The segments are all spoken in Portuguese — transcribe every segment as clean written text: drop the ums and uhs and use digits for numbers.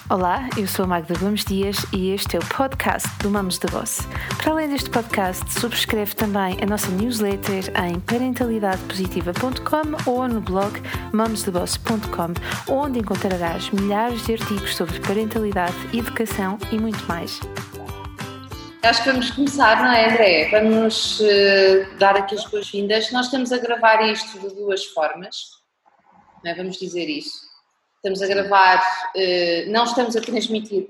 Olá, eu sou a Magda Gomes Dias e este é o podcast do Mames de Boss. Para além deste podcast, subscreve também a nossa newsletter em parentalidadepositiva.com ou no blog mamesdeboss.com, onde encontrarás milhares de artigos sobre parentalidade, educação e muito mais. Acho que vamos começar, não é, André? Vamos dar aqui as boas-vindas. Nós estamos a gravar isto de duas formas, não é? Vamos dizer isso. Estamos a gravar, não estamos a transmitir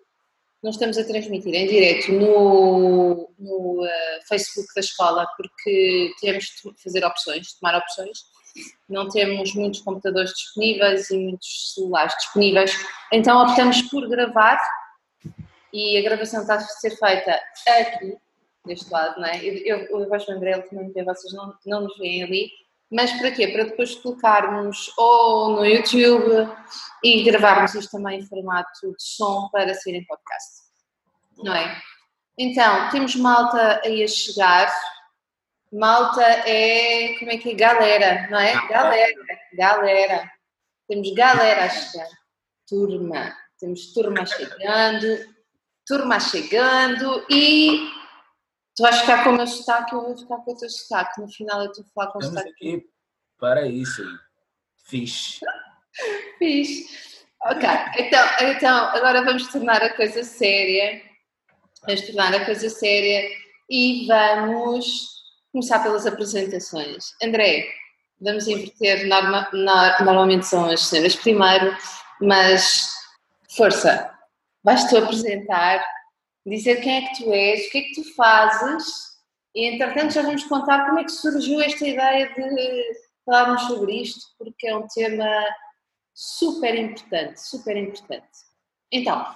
em direto no Facebook da escola, porque temos de tomar opções. Não temos muitos computadores disponíveis e muitos celulares disponíveis, então optamos por gravar e a gravação está a ser feita aqui, deste lado, não é? Eu vejo o André, ele também vê, vocês não nos veem ali. Mas para quê? Para depois colocarmos ou no YouTube e gravarmos isto também em formato de som para ser em podcast, não é? Então, temos malta aí a chegar. Malta é, como é que é? Galera, não é? Galera. Temos galera a chegar. Temos turma chegando e... Tu vais ficar com o meu sotaque, eu vou ficar com o teu sotaque. No final eu estou a falar com o sotaque. Estamos aqui para isso. Fixe. Ok, então agora vamos tornar a coisa séria. E vamos começar pelas apresentações. André, vamos inverter, normalmente são as cenas primeiro, mas força, vais-te apresentar, dizer quem é que tu és, o que é que tu fazes e, entretanto, já vamos contar como é que surgiu esta ideia de falarmos sobre isto, porque é um tema super importante. Então.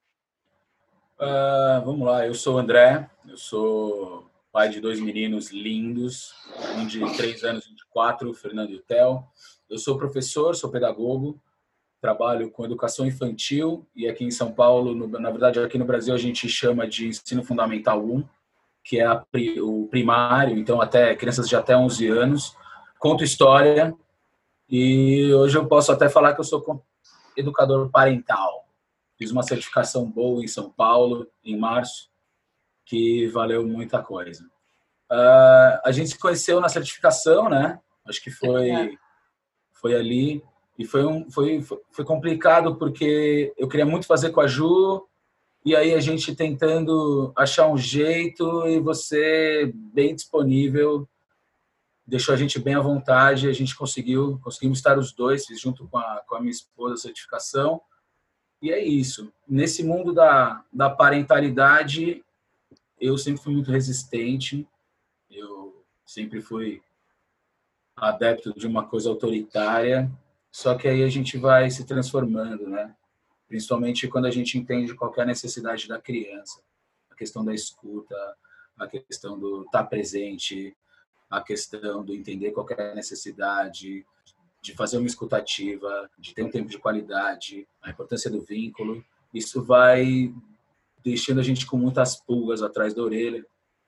Vamos lá, eu sou o André, eu sou pai de 2 meninos lindos, um de 3 anos e um de 4, o Fernando e o Theo. Eu sou professor, sou pedagogo, trabalho com educação infantil e aqui em São Paulo, na verdade aqui no Brasil a gente chama de ensino fundamental 1, que é o primário, então até crianças de até 11 anos. Conto história e hoje eu posso até falar que eu sou educador parental. Fiz uma certificação boa em São Paulo em março, que valeu muita coisa. A gente se conheceu na certificação, né? Acho que foi ali. E foi complicado porque eu queria muito fazer com a Ju, e aí a gente tentando achar um jeito e você bem disponível, deixou a gente bem à vontade, a gente conseguimos estar os dois, fiz junto com a minha esposa a certificação, e é isso. Nesse mundo da parentalidade, eu sempre fui muito resistente, eu sempre fui adepto de uma coisa autoritária. Só que aí a gente vai se transformando, né? Principalmente quando a gente entende qual é a necessidade da criança. A questão da escuta, a questão do estar presente, a questão do entender qual é a necessidade, de fazer uma escutativa, de ter um tempo de qualidade, a importância do vínculo. Isso vai deixando a gente com muitas pulgas atrás da orelha.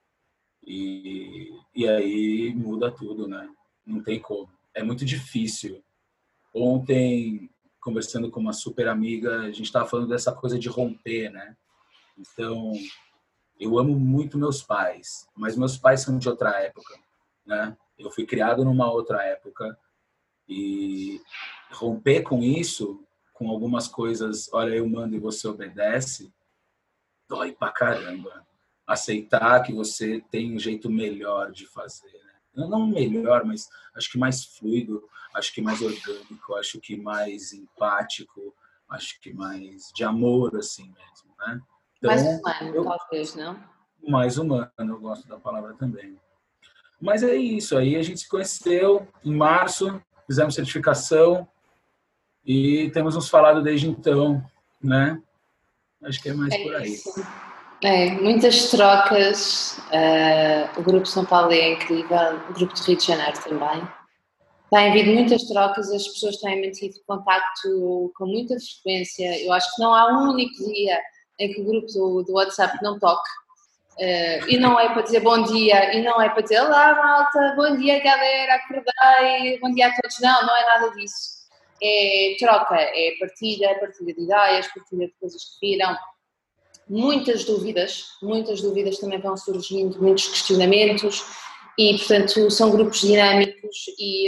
E aí muda tudo, né? Não tem como. É muito difícil. Ontem, conversando com uma super amiga, a gente estava falando dessa coisa de romper, né? Então, eu amo muito meus pais, mas meus pais são de outra época, né? Eu fui criado numa outra época e romper com isso, com algumas coisas, olha, eu mando e você obedece, dói pra caramba. Aceitar que você tem um jeito melhor de fazer, né? Não melhor, mas acho que mais fluido, acho que mais orgânico, acho que mais empático, acho que mais de amor, assim mesmo, né? Então, mais humano, talvez, não? Mais humano, eu gosto da palavra também. Mas é isso, aí a gente se conheceu em março, fizemos certificação e temos nos falado desde então, né? Acho que é mais por aí. Isso. Muitas trocas, o Grupo São Paulo é incrível, o Grupo de Rio de Janeiro também. Tem havido muitas trocas, as pessoas têm mantido contacto com muita frequência. Eu acho que não há um único dia em que o grupo do WhatsApp não toque. E não é para dizer bom dia, e não é para dizer olá malta, bom dia galera, acordei, bom dia a todos. Não é nada disso. é troca, é partilha de ideias, partilha de coisas que viram, muitas dúvidas também vão surgindo, muitos questionamentos e, portanto, são grupos dinâmicos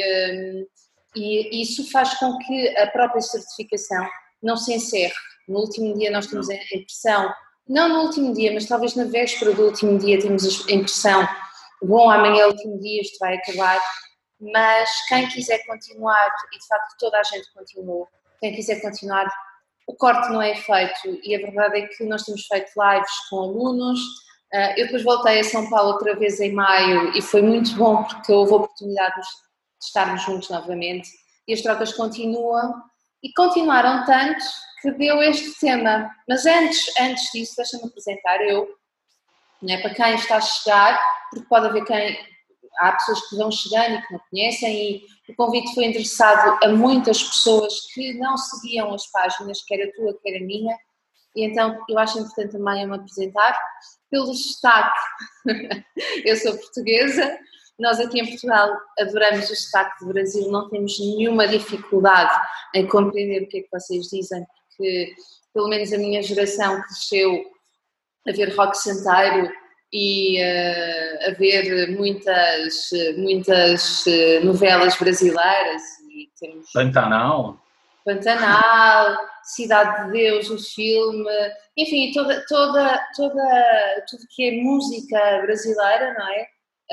e isso faz com que a própria certificação não se encerre. No último dia nós temos a impressão, não no último dia, mas talvez na véspera do último dia temos a impressão, bom, amanhã é o último dia, isto vai acabar, mas quem quiser continuar, e de facto toda a gente continuou, quem quiser continuar, o corte não é feito e a verdade é que nós temos feito lives com alunos. Eu depois voltei a São Paulo outra vez em maio e foi muito bom porque houve a oportunidade de estarmos juntos novamente e as trocas continuam e continuaram tanto que deu este tema. Mas antes disso, deixa-me apresentar eu, né, para quem está a chegar, porque pode haver há pessoas que vão chegando e que não conhecem e o convite foi endereçado a muitas pessoas que não seguiam as páginas, quer a tua, quer a minha, e então eu acho importante também eu me apresentar. Pelo destaque, eu sou portuguesa, nós aqui em Portugal adoramos o sotaque do Brasil, não temos nenhuma dificuldade em compreender o que é que vocês dizem, porque pelo menos a minha geração cresceu a ver rock santeiro e a ver muitas novelas brasileiras e temos Pantanal, Cidade de Deus, o filme, enfim, tudo que é música brasileira, não é?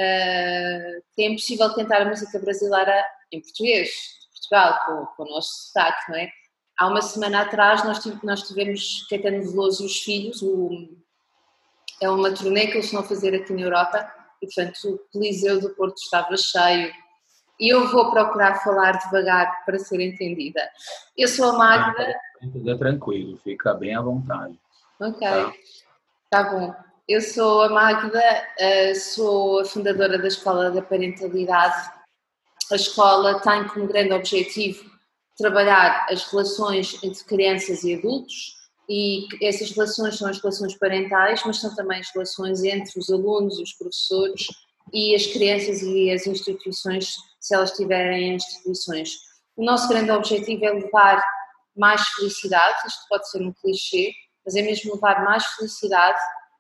Que é impossível cantar a música brasileira em português, de Portugal, com o nosso sotaque, não é? Há uma semana atrás nós tivemos Caetano Veloso e os Filhos, é uma turnê que eles estão a fazer aqui na Europa e, portanto, o Coliseu do Porto estava cheio e eu vou procurar falar devagar para ser entendida. Eu sou a Magda... É tranquilo, fica bem à vontade. Ok, tá bom. Eu sou a Magda, sou a fundadora da Escola da Parentalidade. A escola tem como grande objetivo trabalhar as relações entre crianças e adultos e essas relações são as relações parentais, mas são também as relações entre os alunos e os professores e as crianças e as instituições, se elas tiverem instituições. O nosso grande objetivo é levar mais felicidade, isto pode ser um clichê, mas é mesmo levar mais felicidade,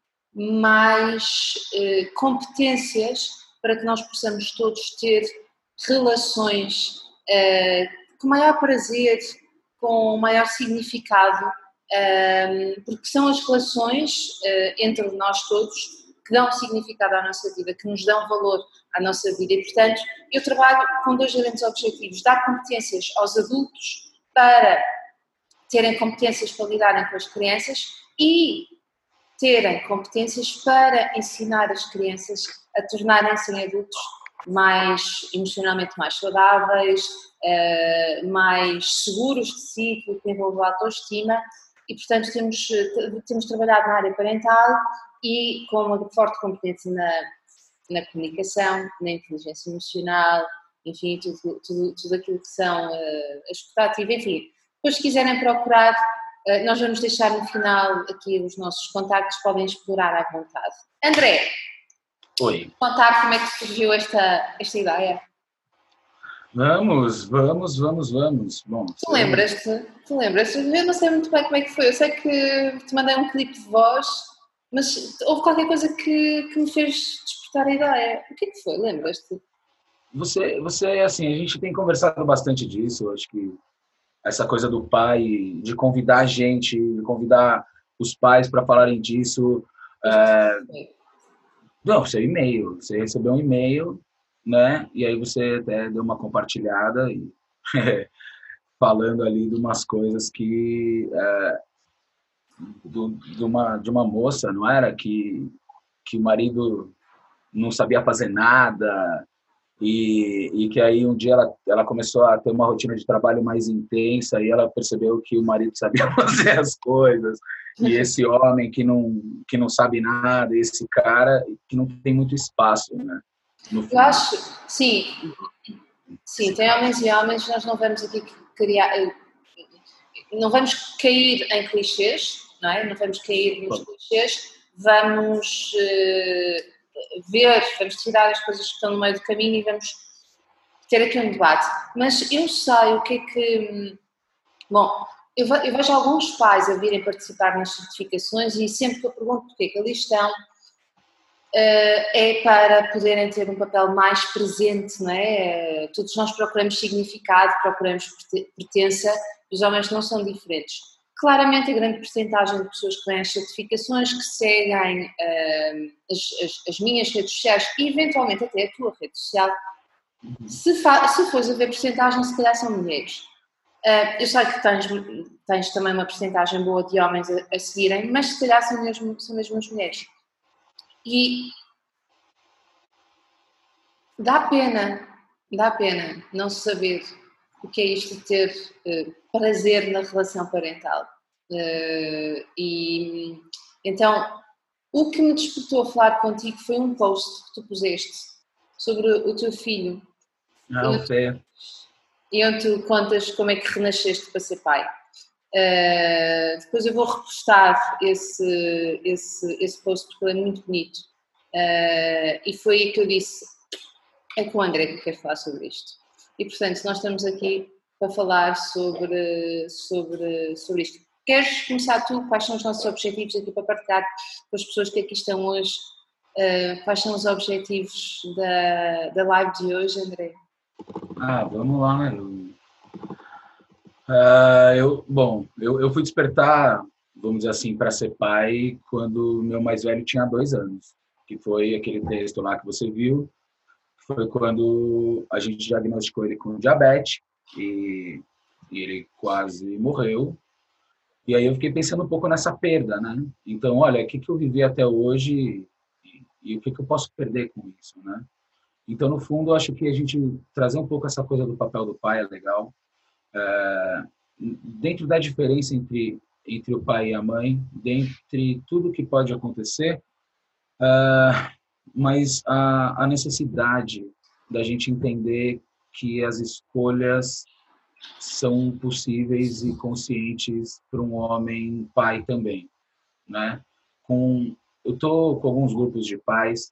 mais competências para que nós possamos todos ter relações com maior prazer, com maior significado, porque são as relações entre nós todos que dão significado à nossa vida, que nos dão valor à nossa vida e, portanto, eu trabalho com dois grandes objetivos, dar competências aos adultos para terem competências para lidarem com as crianças e terem competências para ensinar as crianças a tornarem-se adultos mais emocionalmente mais saudáveis, mais seguros de si, que desenvolvam a autoestima e, portanto, temos trabalhado na área parental e com uma forte competência na comunicação, na inteligência emocional, enfim, tudo aquilo que são a escutativa, enfim. Depois, se quiserem procurar, nós vamos deixar no final aqui os nossos contactos, podem explorar à vontade. André, oi. Contar como é que surgiu esta ideia? Vamos. Bom, Tu lembras-te? Eu não sei muito bem como é que foi. Eu sei que te mandei um clipe de voz, mas houve qualquer coisa que me fez despertar a ideia. O que é que foi? Lembras-te? Você, assim, a gente tem conversado bastante disso, acho que essa coisa do pai, de convidar a gente, de convidar os pais para falarem disso. Não, seu e-mail. Você recebeu um e-mail, né? E aí você até deu uma compartilhada e falando ali de umas coisas que de uma moça, não era? Que o marido não sabia fazer nada e que aí um dia ela começou a ter uma rotina de trabalho mais intensa e ela percebeu que o marido sabia fazer as coisas e esse homem que não sabe nada, esse cara que não tem muito espaço, né? Eu acho, sim, tem homens e homens, nós não vamos aqui criar, não vamos cair em clichês, não é? Não vamos cair nos clichês, vamos vamos tirar as coisas que estão no meio do caminho e vamos ter aqui um debate. Mas eu sei o que é que... Bom, eu vejo alguns pais a virem participar nas certificações e sempre que eu pergunto porque é que ali estão, é para poderem ter um papel mais presente, não é? Todos nós procuramos significado, procuramos pertença, os homens não são diferentes. Claramente a grande percentagem de pessoas que vêm às certificações, que seguem as minhas redes sociais e eventualmente até a tua rede social, se fores a ver percentagem, se calhar são mulheres. Eu sei que tens também uma percentagem boa de homens a seguirem, mas se calhar são mesmo as mulheres. E dá pena não saber o que é isto de ter prazer na relação parental. E então, o que me despertou a falar contigo foi um post que tu puseste sobre o teu filho. E onde tu contas como é que renasceste para ser pai. Depois eu vou repostar esse post porque ele é muito bonito. E foi aí que eu disse, é com o André que eu quero falar sobre isto. E portanto, nós estamos aqui para falar sobre isto. Queres começar tu? Quais são os nossos objetivos aqui para partilhar com as pessoas que aqui estão hoje? Quais são os objetivos da live de hoje, André? Vamos lá, né? Eu fui despertar, vamos dizer assim, para ser pai quando meu mais velho tinha 2 anos, que foi aquele texto lá que você viu, foi quando a gente diagnosticou ele com diabetes e ele quase morreu. E aí eu fiquei pensando um pouco nessa perda, né? Então, olha, o que eu vivi até hoje e o que eu posso perder com isso, né? Então, no fundo, eu acho que a gente trazer um pouco essa coisa do papel do pai é legal. Dentro da diferença entre o pai e a mãe, dentre tudo que pode acontecer, mas a necessidade da gente entender que as escolhas são possíveis e conscientes para um homem pai também, né? Eu estou com alguns grupos de pais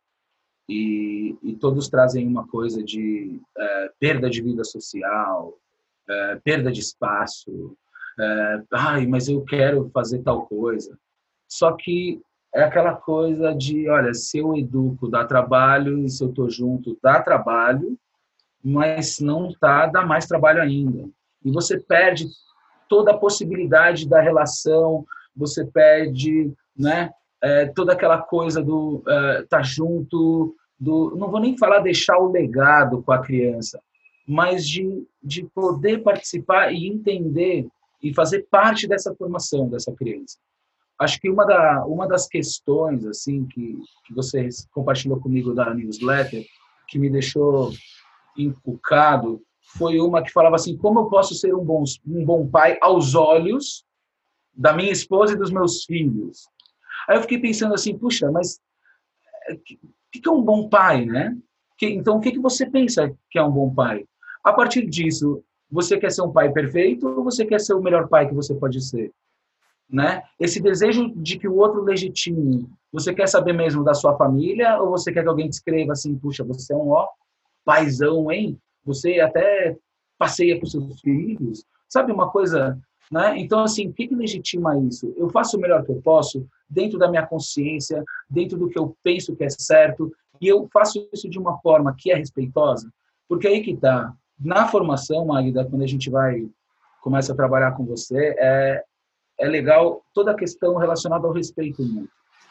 e todos trazem uma coisa de perda de vida social, perda de espaço, mas eu quero fazer tal coisa. Só que é aquela coisa de, olha, se eu educo, dá trabalho, e se eu estou junto, dá trabalho, mas não dá mais trabalho ainda. E você perde toda a possibilidade da relação, você perde, né, toda aquela coisa do estar junto, não vou nem falar deixar o legado com a criança, mas de poder participar e entender e fazer parte dessa formação dessa criança. Acho que uma das questões assim que você compartilhou comigo da newsletter, que me deixou inculcado, foi uma que falava assim, como eu posso ser um bom pai aos olhos da minha esposa e dos meus filhos? Aí eu fiquei pensando assim, puxa, mas o que é um bom pai, né? Então, o que você pensa que é um bom pai? A partir disso, você quer ser um pai perfeito ou você quer ser o melhor pai que você pode ser? Né? Esse desejo de que o outro legitime, você quer saber mesmo da sua família ou você quer que alguém te escreva assim, puxa, você é um paizão, hein? Você até passeia com seus filhos, sabe uma coisa, né? Então, assim, o que legitima isso? Eu faço o melhor que eu posso, dentro da minha consciência, dentro do que eu penso que é certo, e eu faço isso de uma forma que é respeitosa, porque aí que tá. Na formação, Magda, quando a gente começa a trabalhar com você, é legal toda a questão relacionada ao respeito mútuo.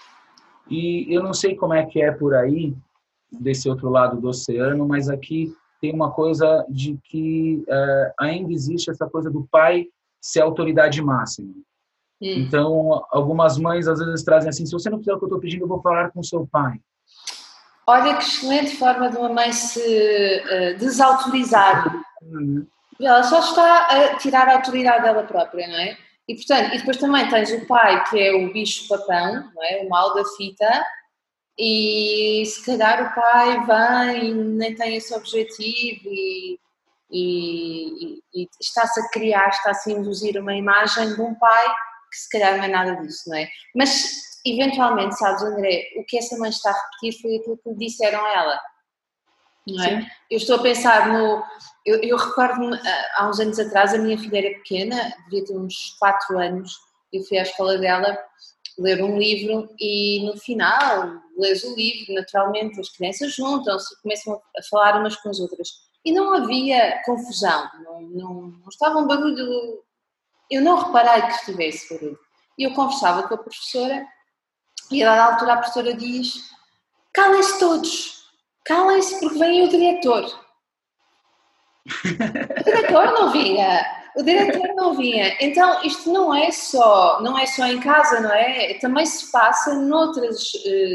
E eu não sei como é que é por aí, desse outro lado do oceano, mas aqui tem uma coisa de que ainda existe essa coisa do pai ser a autoridade máxima. Então, algumas mães às vezes trazem assim, se você não fizer o que eu estou pedindo, eu vou falar com seu pai. Olha que excelente forma de uma mãe se desautorizar. Ela só está a tirar a autoridade dela própria, não é? E, portanto, e depois também tens o pai, que é o bicho-papão, não é? O mal da fita, e se calhar o pai vem e nem tem esse objetivo e está-se a criar, está-se a induzir uma imagem de um pai que se calhar não é nada disso, não é? Mas, eventualmente, sabes, André, o que essa mãe está a repetir foi aquilo que lhe disseram a ela. não é? Eu estou a pensar no... Eu recordo-me, há uns anos atrás, a minha filha era pequena, devia ter uns 4 anos, eu fui à escola dela ler um livro e no final, lês o livro, naturalmente as crianças juntam-se e começam a falar umas com as outras. E não havia confusão, não estava um barulho, eu não reparei que estivesse barulho. E eu conversava com a professora e a dada altura a professora diz: calem-se todos, calem-se porque vem o diretor. O diretor não vinha. Então isto não é só em casa, não é? Também se passa noutras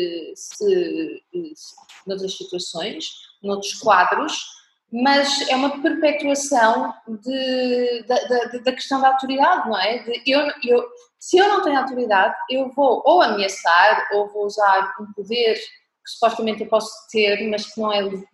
situações, noutros quadros, mas é uma perpetuação da questão da autoridade, não é? Se eu não tenho autoridade, eu vou ou ameaçar ou vou usar um poder que supostamente eu posso ter, mas que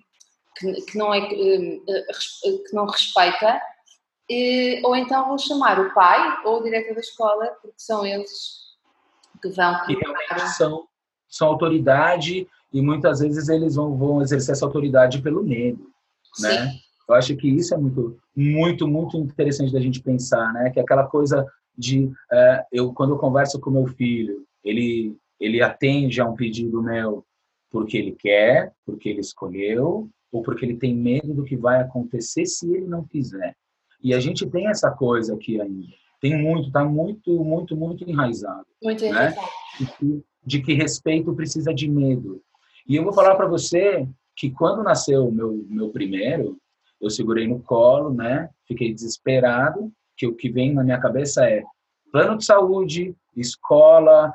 não respeita, ou então vou chamar o pai ou o diretor da escola, porque são eles que vão... Que realmente são autoridade e muitas vezes eles vão exercer essa autoridade pelo medo, né? Sim. Eu acho que isso é muito, muito, muito interessante da gente pensar, né? Que é aquela coisa de... quando eu converso com meu filho, ele atende a um pedido meu porque ele quer, porque ele escolheu, ou porque ele tem medo do que vai acontecer se ele não fizer. E a gente tem essa coisa aqui ainda. Está muito, muito, muito enraizado. Muito Né? engraçado. De que respeito precisa de medo. E eu vou falar para você que quando nasceu o meu primeiro, eu segurei no colo, né? Fiquei desesperado, que o que vem na minha cabeça é plano de saúde, escola,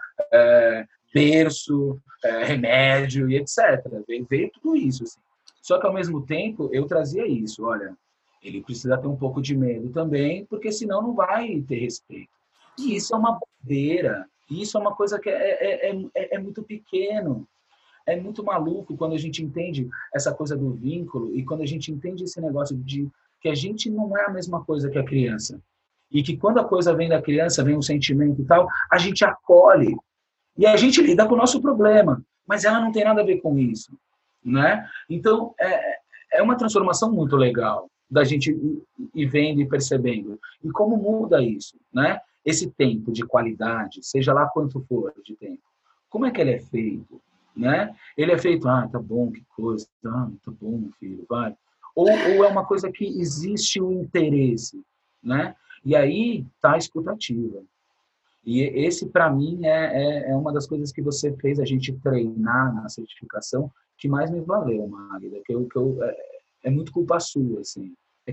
berço, remédio e etc. Veio tudo isso. Assim. Só que, ao mesmo tempo, eu trazia isso. Olha, ele precisa ter um pouco de medo também, porque senão não vai ter respeito. E isso é uma bobeira. Isso é uma coisa que é muito pequeno. É muito maluco quando a gente entende essa coisa do vínculo e quando a gente entende esse negócio de que a gente não é a mesma coisa que a criança. E que quando a coisa vem da criança, vem um sentimento e tal, a gente acolhe. E a gente lida com o nosso problema. Mas ela não tem nada a ver com isso. Né? Então, é uma transformação muito legal da gente ir vendo e percebendo. E como muda isso, né? Esse tempo de qualidade, seja lá quanto for de tempo, como é que ele é feito? Né? Ele é feito, tá bom, que coisa, tá bom, filho, vai. Ou é uma coisa que existe o interesse, né? E aí tá a escutativa. E esse, para mim, é uma das coisas que você fez a gente treinar na certificação que mais me valeu, Magda, é muito culpa sua, assim.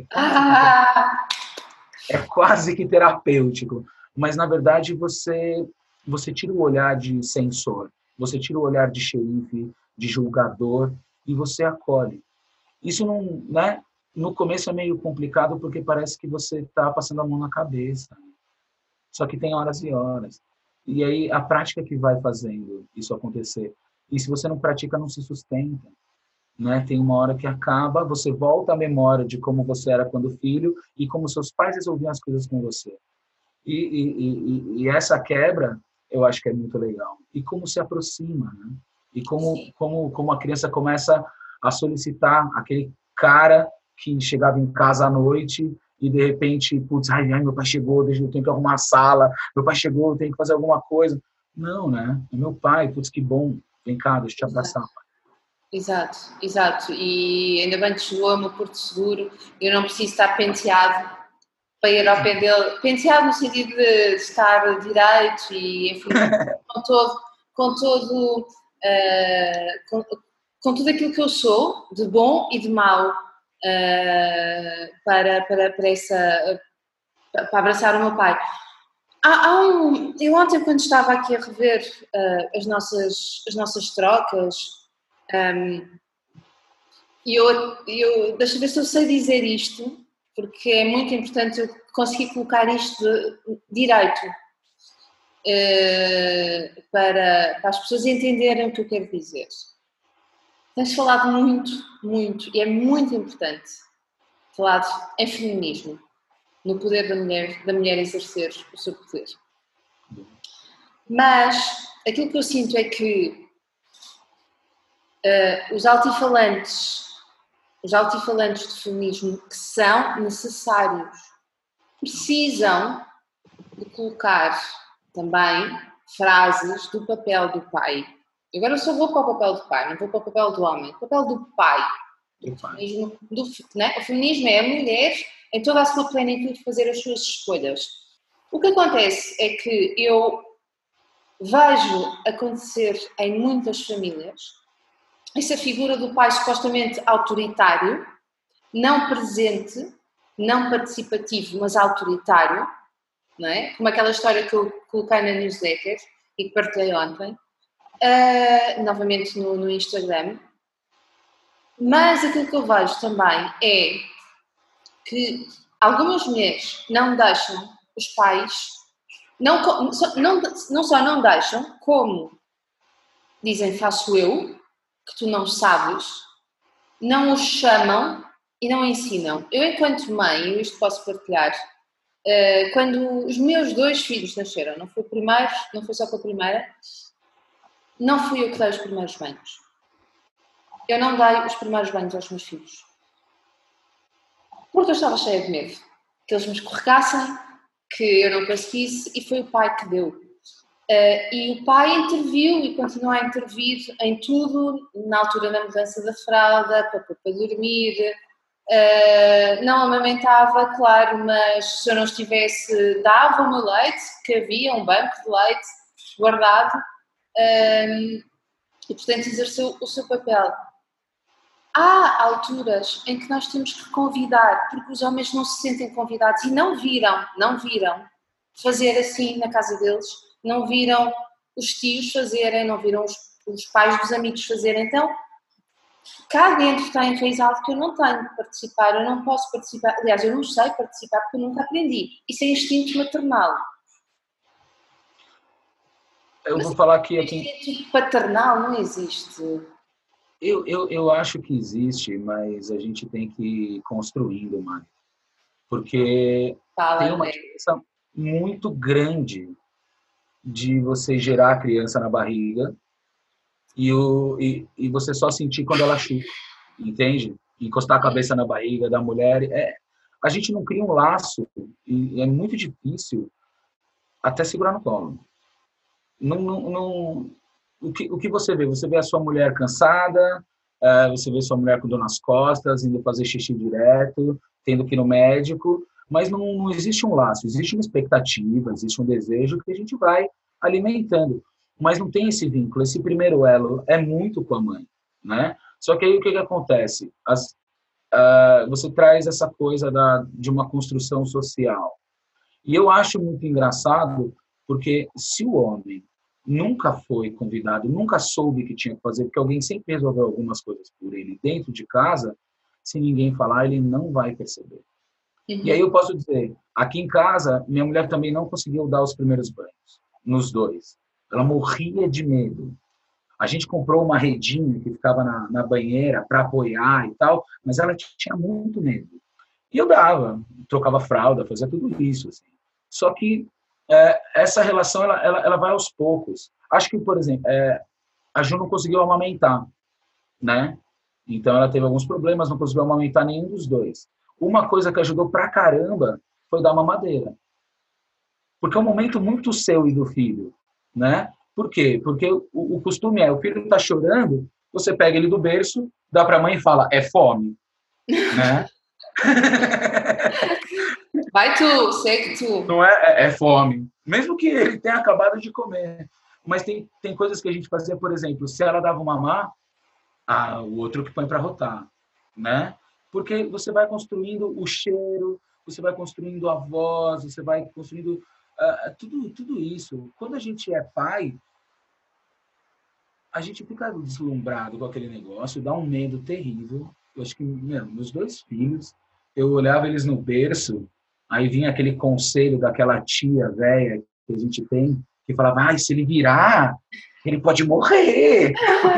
É quase que terapêutico. Mas, na verdade, você tira o olhar de censor, você tira o olhar de xerife, de julgador, e você acolhe. Isso não, né? No começo é meio complicado porque parece que você está passando a mão na cabeça. Só que tem horas e horas. E aí a prática que vai fazendo isso acontecer. E se você não pratica, não se sustenta. Né? Tem uma hora que acaba, você volta à memória de como você era quando filho e como seus pais resolviam as coisas com você. E essa quebra, eu acho que é muito legal. E como se aproxima, né? E como a criança começa a solicitar aquele cara que chegava em casa à noite e de repente, putz, ai, meu pai chegou, eu tenho que arrumar a sala, meu pai chegou, eu tenho que fazer alguma coisa. Não, né? É meu pai, putz, que bom, vem cá, deixa eu te abraçar. Exato, exato. E ainda bem que chegou ao meu Porto Seguro, eu não preciso estar penteado para ir ao pé dele, penteado no sentido de estar direito e, enfim, com tudo aquilo que eu sou, de bom e de mau, para abraçar o meu pai. Eu ontem, quando estava aqui a rever as nossas trocas, deixa eu ver se eu sei dizer isto, porque é muito importante eu conseguir colocar isto direito para as pessoas entenderem o que eu quero dizer. Tens falado muito, muito, e é muito importante falar em feminismo, no poder da mulher exercer o seu poder. Mas aquilo que eu sinto é que os altifalantes os altifalantes de feminismo que são necessários. Precisam de colocar também frases do papel do pai. Agora eu só vou para o papel do pai, não vou para o papel do homem. O papel do pai. Né? O feminismo é a mulher em toda a sua plenitude fazer as suas escolhas. O que acontece é que eu vejo acontecer em muitas famílias essa figura do pai supostamente autoritário, não presente, não participativo, mas autoritário, não é? Como aquela história que eu coloquei na newsletter e que partilhei ontem, novamente no Instagram. Mas aquilo que eu vejo também é que algumas mulheres não deixam os pais, não só não deixam, como dizem faço eu, que tu não sabes, não os chamam e não ensinam. Eu, enquanto mãe, eu isto posso partilhar, quando os meus 2 filhos nasceram, não foi o primeiro, não foi só com a primeira, não fui eu que dei os primeiros banhos. Eu não dei os primeiros banhos aos meus filhos. Porque eu estava cheia de medo. Que eles me escorregassem, que eu não conseguisse, e foi o pai que deu. E o pai interviu e continua a intervir em tudo, na altura da mudança da fralda, para dormir. Não amamentava, claro, mas se eu não estivesse, dava o meu leite, que havia um banco de leite guardado, e portanto exerceu o seu papel. Há alturas em que nós temos que convidar, porque os homens não se sentem convidados e não viram fazer assim na casa deles, não viram os tios fazerem, não viram os pais dos amigos fazerem. Então, cá dentro está enraizado que eu não tenho de participar, eu não posso participar, aliás, eu não sei participar porque eu nunca aprendi. Isso é instinto maternal. Eu vou falar aqui... Instinto paternal não existe. Eu acho que existe, mas a gente tem que ir construindo, Mari. Porque tem uma diferença muito grande de você gerar a criança na barriga e você só sentir quando ela chuta, entende? Encostar a cabeça na barriga da mulher. A gente não cria um laço e é muito difícil até segurar no colo. O que você vê? Você vê a sua mulher cansada, você vê a sua mulher com dor nas costas, indo fazer xixi direto, tendo que ir no médico, mas não existe um laço, existe uma expectativa, existe um desejo que a gente vai alimentando, mas não tem esse vínculo, esse primeiro elo é muito com a mãe, né? Só que aí o que acontece? Você traz essa coisa de uma construção social, e eu acho muito engraçado, porque se o homem nunca foi convidado, nunca soube que tinha que fazer, porque alguém sempre resolveu algumas coisas por ele dentro de casa, se ninguém falar, ele não vai perceber. Uhum. E aí eu posso dizer, aqui em casa, minha mulher também não conseguiu dar os primeiros banhos, nos 2. Ela morria de medo. A gente comprou uma redinha que ficava na banheira para apoiar e tal, mas ela tinha muito medo. E eu dava, trocava fralda, fazia tudo isso. Assim. Só que essa relação ela vai aos poucos. Acho que, por exemplo, a Ju não conseguiu amamentar, né? Então ela teve alguns problemas, não conseguiu amamentar nenhum dos 2. Uma coisa que ajudou pra caramba foi dar mamadeira. Porque é um momento muito seu e do filho, né? Por quê? Porque o costume o filho tá chorando, você pega ele do berço, dá pra mãe e fala, é fome, né? Vai tu, segue tu. Não é fome. Mesmo que ele tenha acabado de comer. Mas tem coisas que a gente fazia, por exemplo, se ela dava um mamar, o outro que põe para rotar, né? Porque você vai construindo o cheiro, você vai construindo a voz, você vai construindo tudo isso. Quando a gente é pai, a gente fica deslumbrado com aquele negócio, dá um medo terrível. Eu acho que, meus 2 filhos, eu olhava eles no berço, aí vinha aquele conselho daquela tia velha que a gente tem, que falava, se ele virar, ele pode morrer.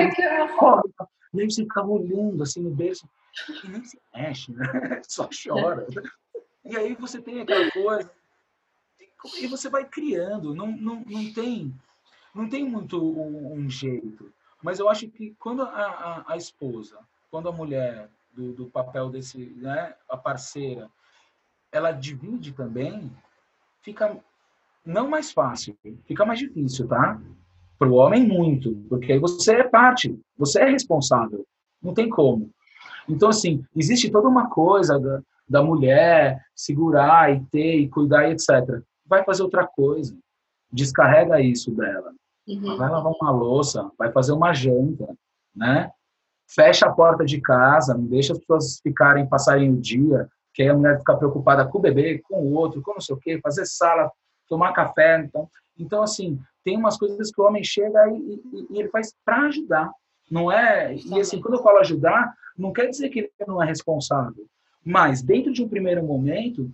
E aí você ficava olhando assim no berço, e nem se mexe, né? Só chora. E aí você tem aquela coisa, e você vai criando, não tem muito um jeito. Mas eu acho que quando a esposa, quando a mulher do papel desse, né, a parceira, ela divide também, fica não mais fácil, fica mais difícil, tá? Para o homem, muito, porque aí você é parte, você é responsável, não tem como. Então, assim, existe toda uma coisa da mulher segurar e ter e cuidar e etc. Vai fazer outra coisa, descarrega isso dela. Vai lavar uma louça, vai fazer uma janta, né? Fecha a porta de casa, não deixa as pessoas passarem o dia, que aí a mulher fica preocupada com o bebê, com o outro, com não sei o quê, fazer sala, tomar café. Então assim, tem umas coisas que o homem chega e ele faz para ajudar. Não é... E assim, quando eu falo ajudar, não quer dizer que ele não é responsável. Mas, dentro de um primeiro momento,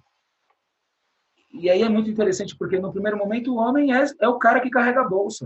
e aí é muito interessante, porque no primeiro momento o homem é o cara que carrega a bolsa.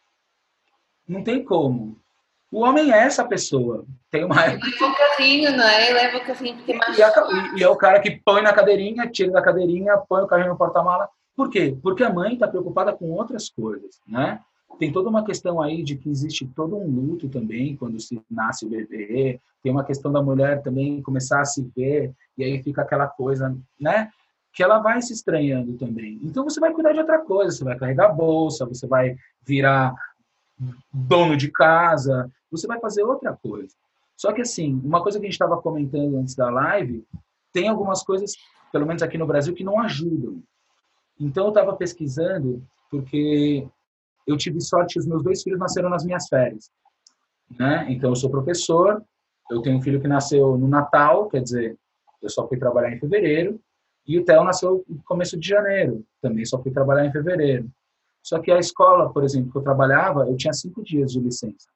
Não tem como. O homem é essa pessoa. Tem uma... Leva o carrinho, não é? Leva o carrinho porque é mais... E é o cara que põe na cadeirinha, tira da cadeirinha, põe o carrinho no porta-mala. Por quê? Porque a mãe está preocupada com outras coisas, né? Tem toda uma questão aí de que existe todo um luto também quando se nasce o bebê. Tem uma questão da mulher também começar a se ver, e aí fica aquela coisa, né? Que ela vai se estranhando também. Então você vai cuidar de outra coisa, você vai carregar a bolsa, você vai virar dono de casa, você vai fazer outra coisa. Só que assim, uma coisa que a gente estava comentando antes da live, tem algumas coisas, pelo menos aqui no Brasil, que não ajudam. Então eu estava pesquisando, porque eu tive sorte, os meus 2 filhos nasceram nas minhas férias, né? Então eu sou professor, eu tenho um filho que nasceu no Natal, quer dizer, eu só fui trabalhar em fevereiro, e o Theo nasceu no começo de janeiro, também só fui trabalhar em fevereiro. Só que a escola, por exemplo, que eu trabalhava, eu tinha 5 dias de licença.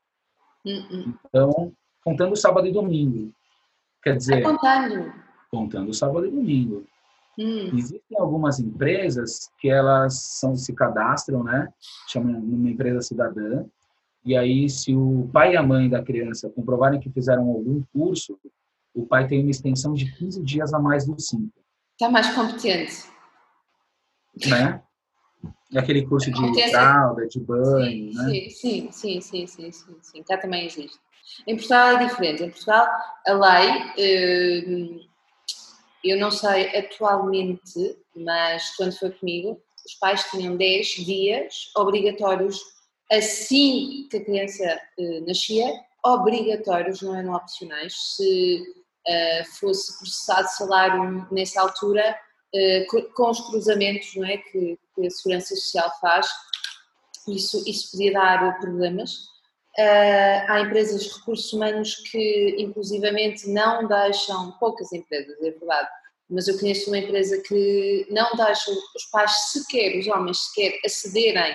Então, contando sábado e domingo. Quer dizer... Contando sábado e domingo. Existem algumas empresas que elas se cadastram, né? Chama uma empresa cidadã. E aí, se o pai e a mãe da criança comprovarem que fizeram algum curso, o pai tem uma extensão de 15 dias a mais dos 5. Está mais competente. Né? É aquele curso de fralda, de banho, sim, né? Sim. Cá também existe. Em Portugal é diferente. Em Portugal, a lei... eu não sei atualmente, mas quando foi comigo, os pais tinham 10 dias obrigatórios, assim que a criança nascia, obrigatórios, não eram opcionais, se fosse processado salário nessa altura, com os cruzamentos, não é, que a Segurança Social faz, isso podia dar problemas. Há empresas de recursos humanos que inclusivamente não deixam, poucas empresas, é verdade, mas eu conheço uma empresa que não deixa os pais sequer, os homens sequer, acederem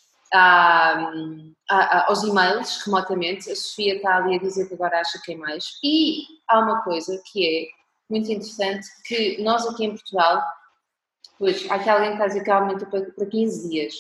aos e-mails remotamente. A Sofia está ali a dizer que agora acha que é mais. E há uma coisa que é muito interessante, que nós aqui em Portugal, pois há aqui alguém que está a dizer que aumenta para 15 dias.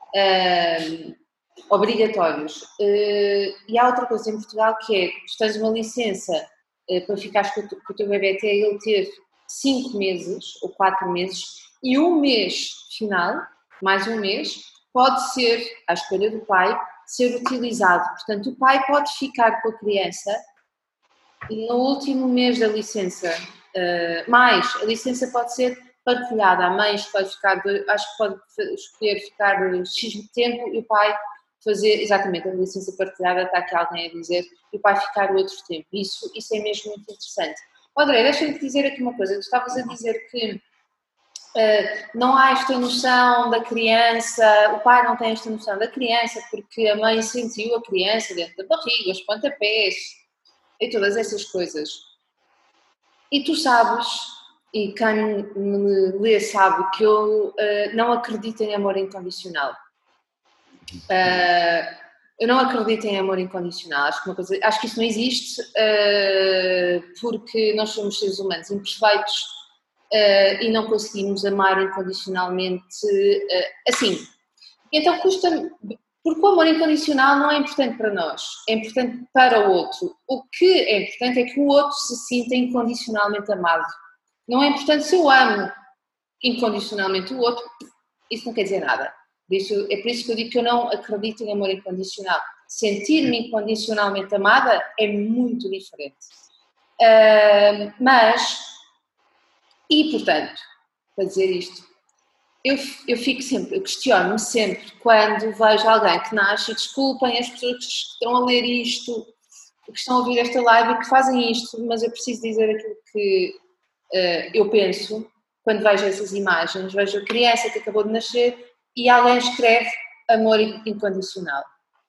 Obrigatórios. E há outra coisa em Portugal que é, tu tens uma licença para ficares com o teu bebê até ele ter 5 meses ou 4 meses, e um mês final, mais um mês, pode ser, à escolha do pai, ser utilizado. Portanto, o pai pode ficar com a criança no último mês da licença. Mais, a licença pode ser partilhada. A mãe pode ficar, acho que pode escolher ficar X tempo e o pai fazer, exatamente, a licença partilhada, está aqui alguém a dizer, e o pai ficar o outro tempo. Isso é mesmo muito interessante. André, deixa-me dizer aqui uma coisa. Tu estavas a dizer que não há esta noção da criança, o pai não tem esta noção da criança porque a mãe sentiu a criança dentro da barriga, os pontapés e todas essas coisas. E tu sabes, e quem me lê sabe, que eu não acredito em amor incondicional. Eu não acredito em amor incondicional. Acho que isso não existe porque nós somos seres humanos imperfeitos e não conseguimos amar incondicionalmente assim. Então custa-me, porque o amor incondicional não é importante para nós, é importante para o outro. O que é importante é que o outro se sinta incondicionalmente amado. Não é importante se eu amo incondicionalmente o outro, isso não quer dizer nada. É por isso que eu digo que eu não acredito em amor incondicional. Sentir-me incondicionalmente amada é muito diferente. Portanto, para dizer isto, eu questiono-me sempre quando vejo alguém que nasce, e desculpem as pessoas que estão a ler isto, que estão a ouvir esta live e que fazem isto, mas eu preciso dizer aquilo que eu penso quando vejo essas imagens. Vejo a criança que acabou de nascer e alguém escreve amor incondicional.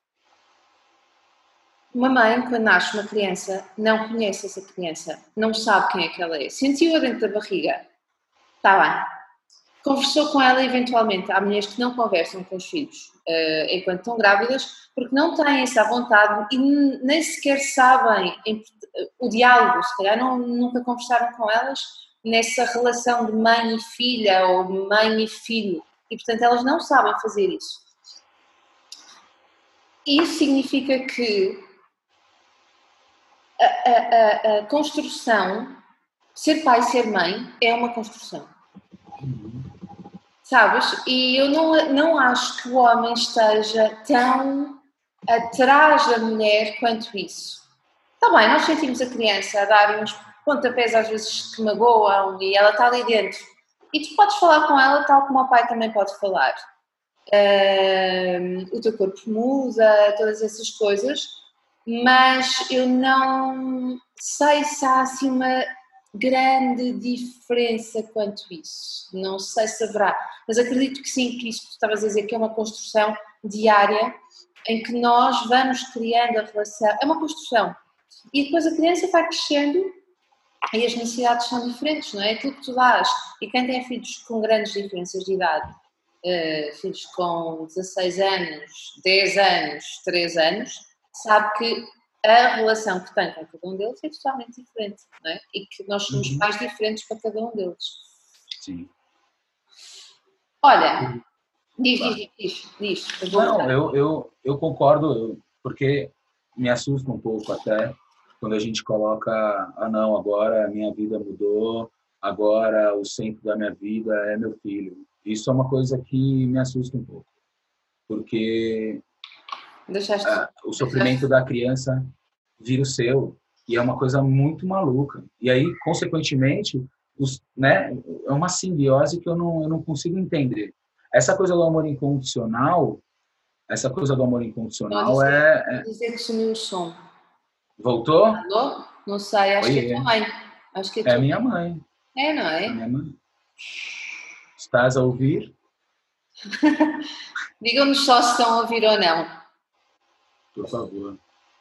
Uma mãe, quando nasce uma criança, não conhece essa criança, não sabe quem é que ela é. Sentiu-a dentro da barriga, está bem. Conversou com ela eventualmente. Há mulheres que não conversam com os filhos enquanto estão grávidas, porque não têm essa vontade e nem sequer sabem o diálogo, se calhar nunca conversaram com elas nessa relação de mãe e filha ou de mãe e filho, e portanto elas não sabem fazer isso. Isso significa que a construção, ser pai e ser mãe, é uma construção. Sabes? E eu não acho que o homem esteja tão atrás da mulher quanto isso. Está bem, nós sentimos a criança a dar uns pontapés às vezes que magoam e ela está ali dentro. E tu podes falar com ela tal como o pai também pode falar. O teu corpo muda, todas essas coisas, mas eu não sei se há assim uma grande diferença quanto isso. Não sei se haverá, mas acredito que sim, que isso que tu estavas a dizer, que é uma construção diária em que nós vamos criando a relação. É uma construção. E depois a criança vai crescendo e as necessidades são diferentes, não é? Aquilo que tu dás. E quem tem filhos com grandes diferenças de idade, filhos com 16 anos, 10 anos, 3 anos, sabe que a relação que tem com cada um deles é totalmente diferente, não é? E que nós somos pais diferentes para cada um deles. Sim. Olha, diz. Não, eu concordo, porque me assusta um pouco até quando a gente coloca, não, agora a minha vida mudou, agora o centro da minha vida é meu filho. Isso é uma coisa que me assusta um pouco, porque o sofrimento da criança vira o seu, e é uma coisa muito maluca. E aí, consequentemente, é uma simbiose que eu não consigo entender. Essa coisa do amor incondicional Não, dizer que sumiu o som. Voltou? Alô? Não sei, acho que é a tua mãe. Acho que é minha mãe. É, não é? É minha mãe. Estás a ouvir? Digam-nos só se estão a ouvir ou não. Por favor.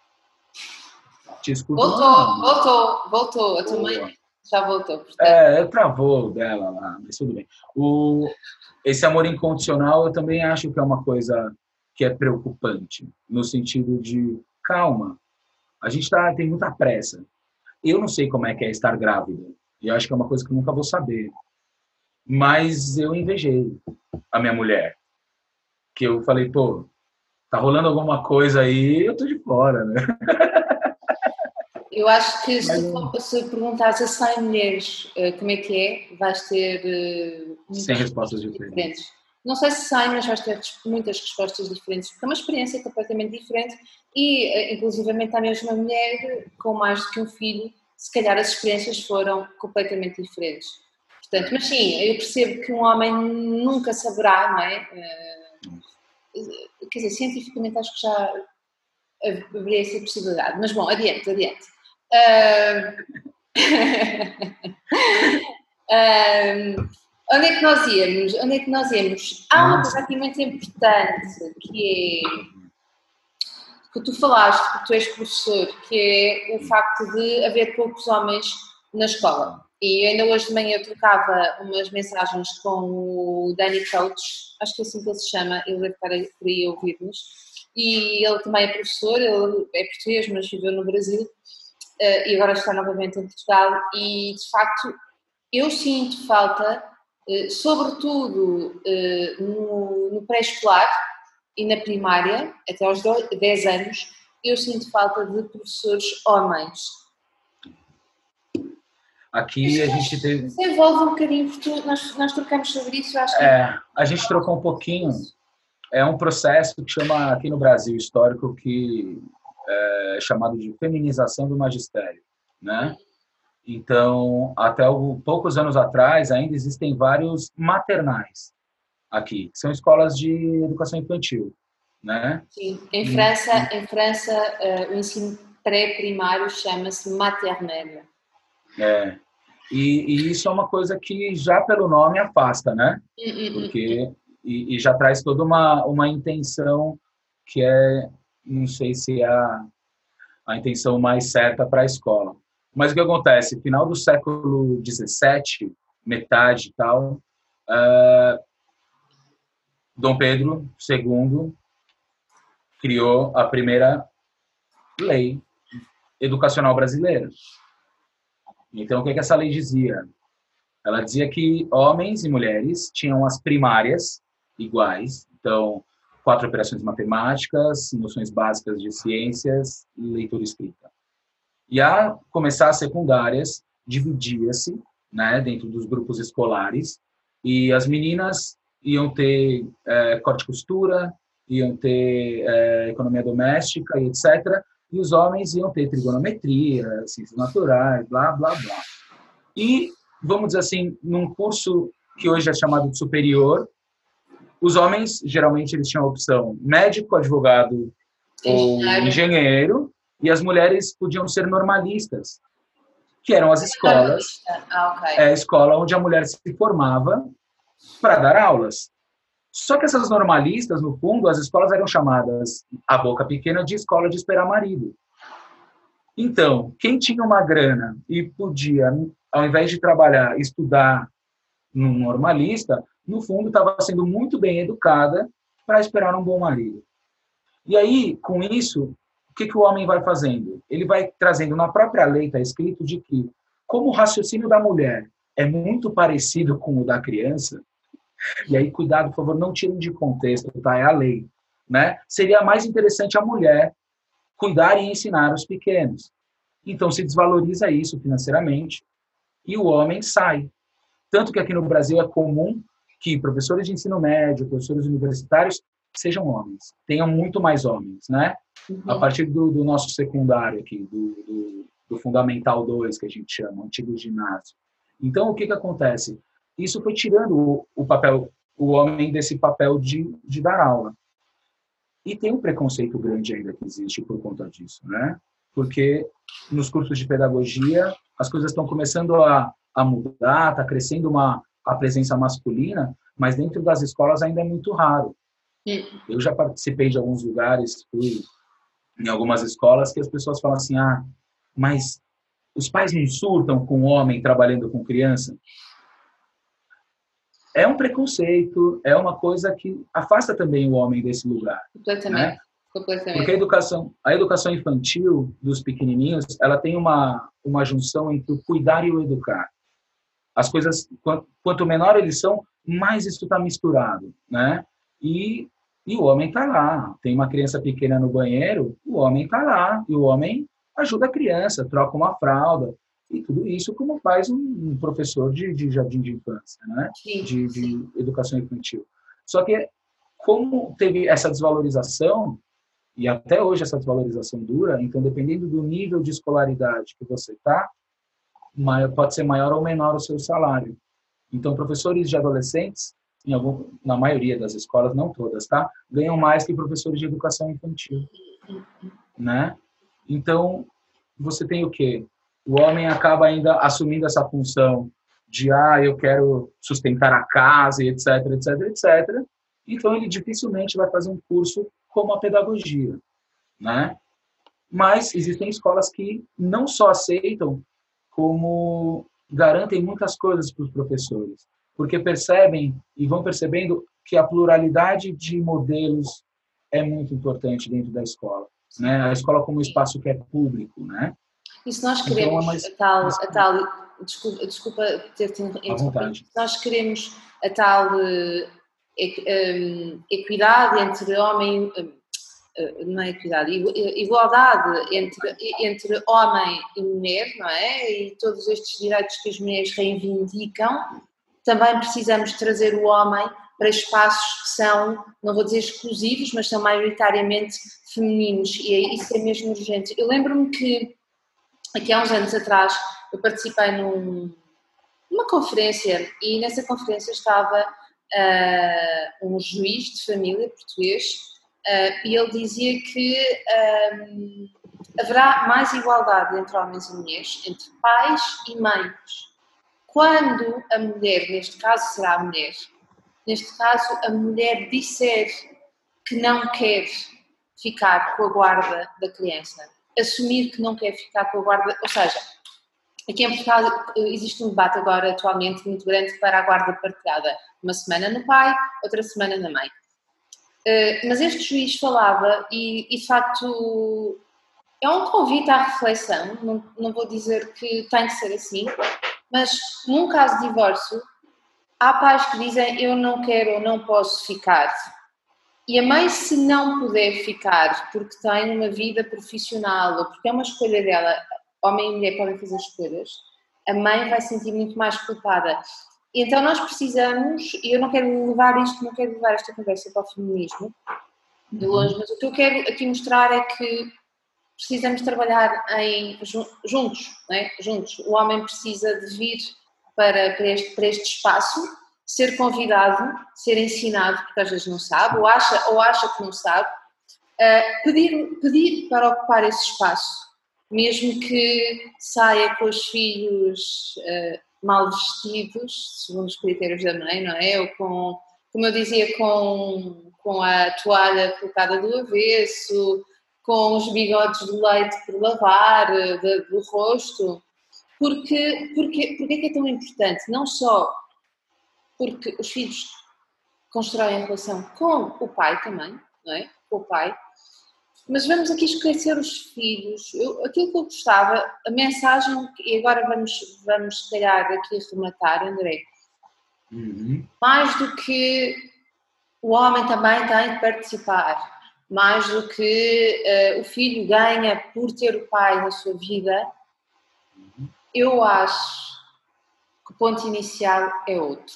Te escuto. Voltou. A tua mãe já voltou. Portanto. Travou dela lá, mas tudo bem. Esse amor incondicional eu também acho que é uma coisa que é preocupante, no sentido de, calma, a gente tem muita pressa. Eu não sei como é que é estar grávida, e eu acho que é uma coisa que eu nunca vou saber. Mas eu invejei a minha mulher, que eu falei, pô, tá rolando alguma coisa aí, eu tô de fora, né? Eu acho que se perguntares a 100 mulheres como é que é, vais ter 100 respostas diferentes. Não sei se 100, mas vais ter muitas respostas diferentes, porque é uma experiência completamente diferente e, inclusivamente, a mesma mulher com mais do que um filho, se calhar as experiências foram completamente diferentes. Portanto, mas sim, eu percebo que um homem nunca saberá, não é? Quer dizer, cientificamente acho que já haveria essa possibilidade. Mas bom, adiante. Onde é que nós íamos? Há uma coisa aqui muito importante que é que tu falaste, porque tu és professor, que é o facto de haver poucos homens na escola. E ainda hoje de manhã eu trocava umas mensagens com o Danny Coach, acho que é assim que ele se chama, ele deve estar por aí a ouvir-nos, e ele também é professor, ele é português, mas viveu no Brasil, e agora está novamente em Portugal, e de facto eu sinto falta, sobretudo no pré-escolar e na primária, até aos 10 anos, eu sinto falta de professores homens. Aqui a gente teve... Você envolve um bocadinho, porque nós trocamos sobre isso, eu acho que... a gente trocou um pouquinho. É um processo que chama, aqui no Brasil, histórico, que é chamado de feminização do magistério, né? Então, até poucos anos atrás, ainda existem vários maternais aqui, que são escolas de educação infantil, né? Sim. Em França, o ensino pré-primário chama-se maternelle. E isso é uma coisa que já pelo nome afasta, né? Porque e já traz toda uma intenção que não sei se é a intenção mais certa para a escola. Mas o que acontece? Final do século XVII, metade e tal, Dom Pedro II criou a primeira lei educacional brasileira. Então, o que essa lei dizia? Ela dizia que homens e mulheres tinham as primárias iguais, então, 4 operações matemáticas, noções básicas de ciências e leitura e escrita. E a começar as secundárias, dividia-se, né, dentro dos grupos escolares, e as meninas iam ter corte e costura, iam ter economia doméstica e etc., e os homens iam ter trigonometria, ciências naturais, blá, blá, blá. E, vamos dizer assim, num curso que hoje é chamado de superior, os homens, geralmente, eles tinham a opção médico, advogado ou engenheiro, e as mulheres podiam ser normalistas, que eram as escolas, a escola onde a mulher se formava para dar aulas. Só que essas normalistas, no fundo, as escolas eram chamadas, a boca pequena, de escola de esperar marido. Então, quem tinha uma grana e podia, ao invés de trabalhar, estudar num normalista, no fundo, estava sendo muito bem educada para esperar um bom marido. E aí, com isso, o que o homem vai fazendo? Ele vai trazendo, na própria lei, está escrito de que, como o raciocínio da mulher é muito parecido com o da criança, e aí, cuidado, por favor, não tirem de contexto, tá? É a lei, né? Seria mais interessante a mulher cuidar e ensinar os pequenos. Então, se desvaloriza isso financeiramente e o homem sai. Tanto que aqui no Brasil é comum que professores de ensino médio, professores universitários, sejam homens. Tenham muito mais homens, né? A partir do nosso secundário aqui, do Fundamental 2, que a gente chama, o antigo ginásio. Então, o que acontece? Isso foi tirando o homem desse papel de dar aula. E tem um preconceito grande ainda que existe por conta disso, né? Porque nos cursos de pedagogia, as coisas estão começando a mudar, está crescendo a presença masculina, mas dentro das escolas ainda é muito raro. Eu já participei de alguns lugares, fui em algumas escolas, que as pessoas falam assim, mas os pais não surtam com o homem trabalhando com criança? É um preconceito, é uma coisa que afasta também o homem desse lugar. Completamente. Né? Porque a educação infantil dos pequenininhos, ela tem uma junção entre o cuidar e o educar. As coisas, quanto menor eles são, mais isso está misturado, né? E o homem está lá. Tem uma criança pequena no banheiro, o homem está lá. E o homem ajuda a criança, troca uma fralda. E tudo isso como faz um professor de jardim de infância, né? De educação infantil. Só que, como teve essa desvalorização, e até hoje essa desvalorização dura, então, dependendo do nível de escolaridade que você está, pode ser maior ou menor o seu salário. Então, professores de adolescentes, na maioria das escolas, não todas, tá? Ganham mais que professores de educação infantil, né? Então, você tem o quê? O homem acaba ainda assumindo essa função de, eu quero sustentar a casa, etc, etc, etc. Então, ele dificilmente vai fazer um curso como a pedagogia, né? Mas existem escolas que não só aceitam, como garantem muitas coisas para os professores, porque percebem e vão percebendo que a pluralidade de modelos é muito importante dentro da escola, né? A escola como espaço que é público, né? E se nós queremos desculpa ter-te interrompido, se nós queremos a tal equidade entre homem, não é equidade, igualdade entre homem e mulher, não é? E todos estes direitos que as mulheres reivindicam, também precisamos trazer o homem para espaços que são, não vou dizer exclusivos, mas são maioritariamente femininos, e isso é mesmo urgente. Eu lembro-me que aqui há uns anos atrás, eu participei numa conferência e nessa conferência estava um juiz de família português e ele dizia que haverá mais igualdade entre homens e mulheres, entre pais e mães, quando a mulher, neste caso será a mulher, neste caso a mulher disser que não quer ficar com a guarda da criança, assumir que não quer ficar com a guarda, ou seja, aqui em Portugal existe um debate agora atualmente muito grande para a guarda partilhada, uma semana no pai, outra semana na mãe. Mas este juiz falava e de facto é um convite à reflexão, não vou dizer que tem que ser assim, mas num caso de divórcio há pais que dizem eu não quero ou não posso ficar. E a mãe, se não puder ficar porque tem uma vida profissional ou porque é uma escolha dela, homem e mulher podem fazer escolhas, a mãe vai se sentir muito mais culpada. E então nós precisamos, e eu não quero levar esta conversa para o feminismo, de longe, mas o que eu quero aqui mostrar é que precisamos trabalhar juntos, não é? Juntos. O homem precisa de vir para este espaço, ser convidado, ser ensinado, porque às vezes não sabe, ou acha que não sabe, pedir para ocupar esse espaço, mesmo que saia com os filhos mal vestidos, segundo os critérios da mãe, não é? Ou como eu dizia, com a toalha colocada do avesso, com os bigodes de leite por lavar, do rosto. Porque é que é tão importante? Não só porque os filhos constroem a relação com o pai também, não é? Com o pai. Mas vamos aqui esclarecer os filhos. Aquilo que eu gostava, a mensagem, e agora vamos se calhar aqui rematar, André. Mais do que o homem também tem de participar, mais do que o filho ganha por ter o pai na sua vida, eu acho que o ponto inicial é outro.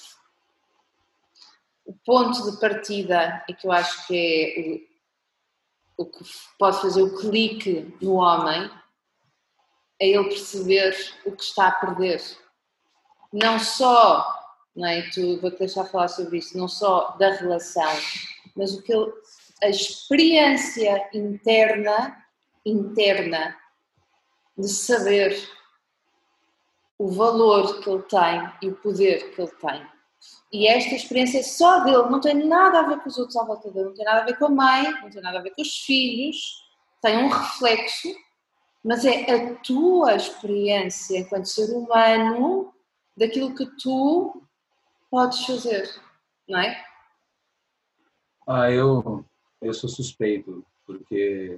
O ponto de partida é que eu acho que é o que pode fazer o clique no homem, é ele perceber o que está a perder. Não só, não é? Vou-te deixar falar sobre isso, não só da relação, mas a experiência interna de saber o valor que ele tem e o poder que ele tem. E esta experiência é só dele, não tem nada a ver com os outros à volta dele, não tem nada a ver com a mãe, não tem nada a ver com os filhos, tem um reflexo, mas é a tua experiência enquanto ser humano daquilo que tu podes fazer, não é? Eu sou suspeito, porque